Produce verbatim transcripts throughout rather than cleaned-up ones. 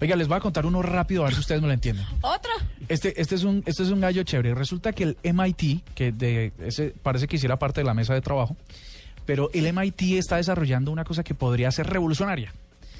Oiga, les voy a contar uno rápido a ver si ustedes me lo entienden. ¿Otro? Este, este, es un, este es un gallo chévere. Resulta que el M I T, que de ese parece que hiciera parte de la mesa de trabajo, pero el M I T está desarrollando una cosa que podría ser revolucionaria.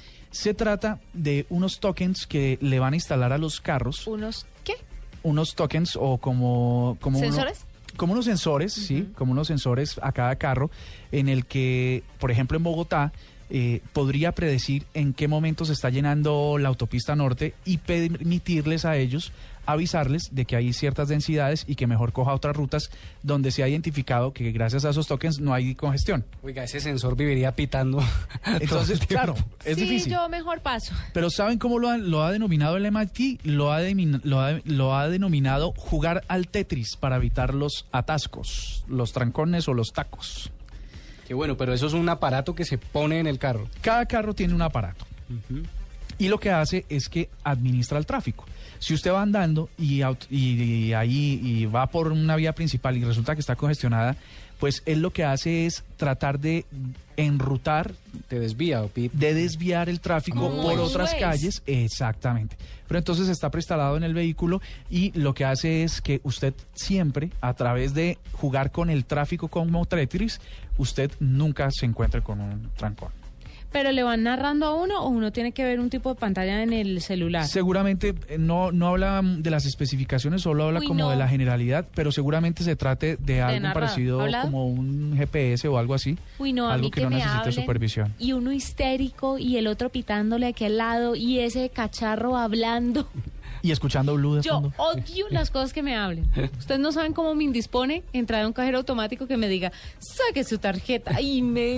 Se trata de unos tokens que le van a instalar a los carros. ¿Unos qué? Unos tokens o como... como ¿Sensores? Uno, como unos sensores, uh-huh. sí, como unos sensores a cada carro, en el que, por ejemplo, en Bogotá, eh, podría predecir en qué momento se está llenando la autopista norte y permitirles a ellos avisarles de que hay ciertas densidades y que mejor coja otras rutas donde se ha identificado que gracias a esos tokens no hay congestión. Oiga, ese sensor viviría pitando. Entonces, claro, es sí, difícil. yo mejor paso. Pero ¿saben cómo lo ha, lo ha denominado el M I T? Lo ha, de, lo, ha, lo ha denominado jugar al Tetris para evitar los atascos, los trancones o los tacos. Qué bueno, pero eso es un aparato que se pone en el carro. Cada carro tiene un aparato. Uh-huh. Y lo que hace es que administra el tráfico. Si usted va andando y, y, y ahí y va por una vía principal y resulta que está congestionada, pues él lo que hace es tratar de enrutar, te desvía, de desviar el tráfico ¿Cómo por es? otras calles, exactamente. Pero entonces está preinstalado en el vehículo y lo que hace es que usted siempre, a través de jugar con el tráfico como Tetris, usted nunca se encuentre con un trancón. ¿Pero le van narrando a uno o uno tiene que ver un tipo de pantalla en el celular? Seguramente no, no habla de las especificaciones, solo habla Uy, como no. de la generalidad, pero seguramente se trate de, de algo narrado. parecido ¿Hablado? Como un G P S o algo así. Uy, no, a algo mí que, que no me necesite hablen, supervisión. y uno histérico y el otro pitándole aquí al lado y ese cacharro hablando. Y escuchando Blue de Yo fondo. odio las cosas que me hablen. Ustedes no saben cómo me indispone entrar a un cajero automático que me diga, saque su tarjeta y me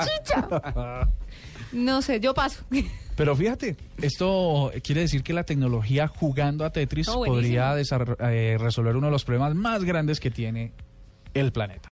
chicha. No sé, yo paso. Pero fíjate, esto quiere decir que la tecnología jugando a Tetris Oh, podría desarro- eh, resolver uno de los problemas más grandes que tiene el planeta.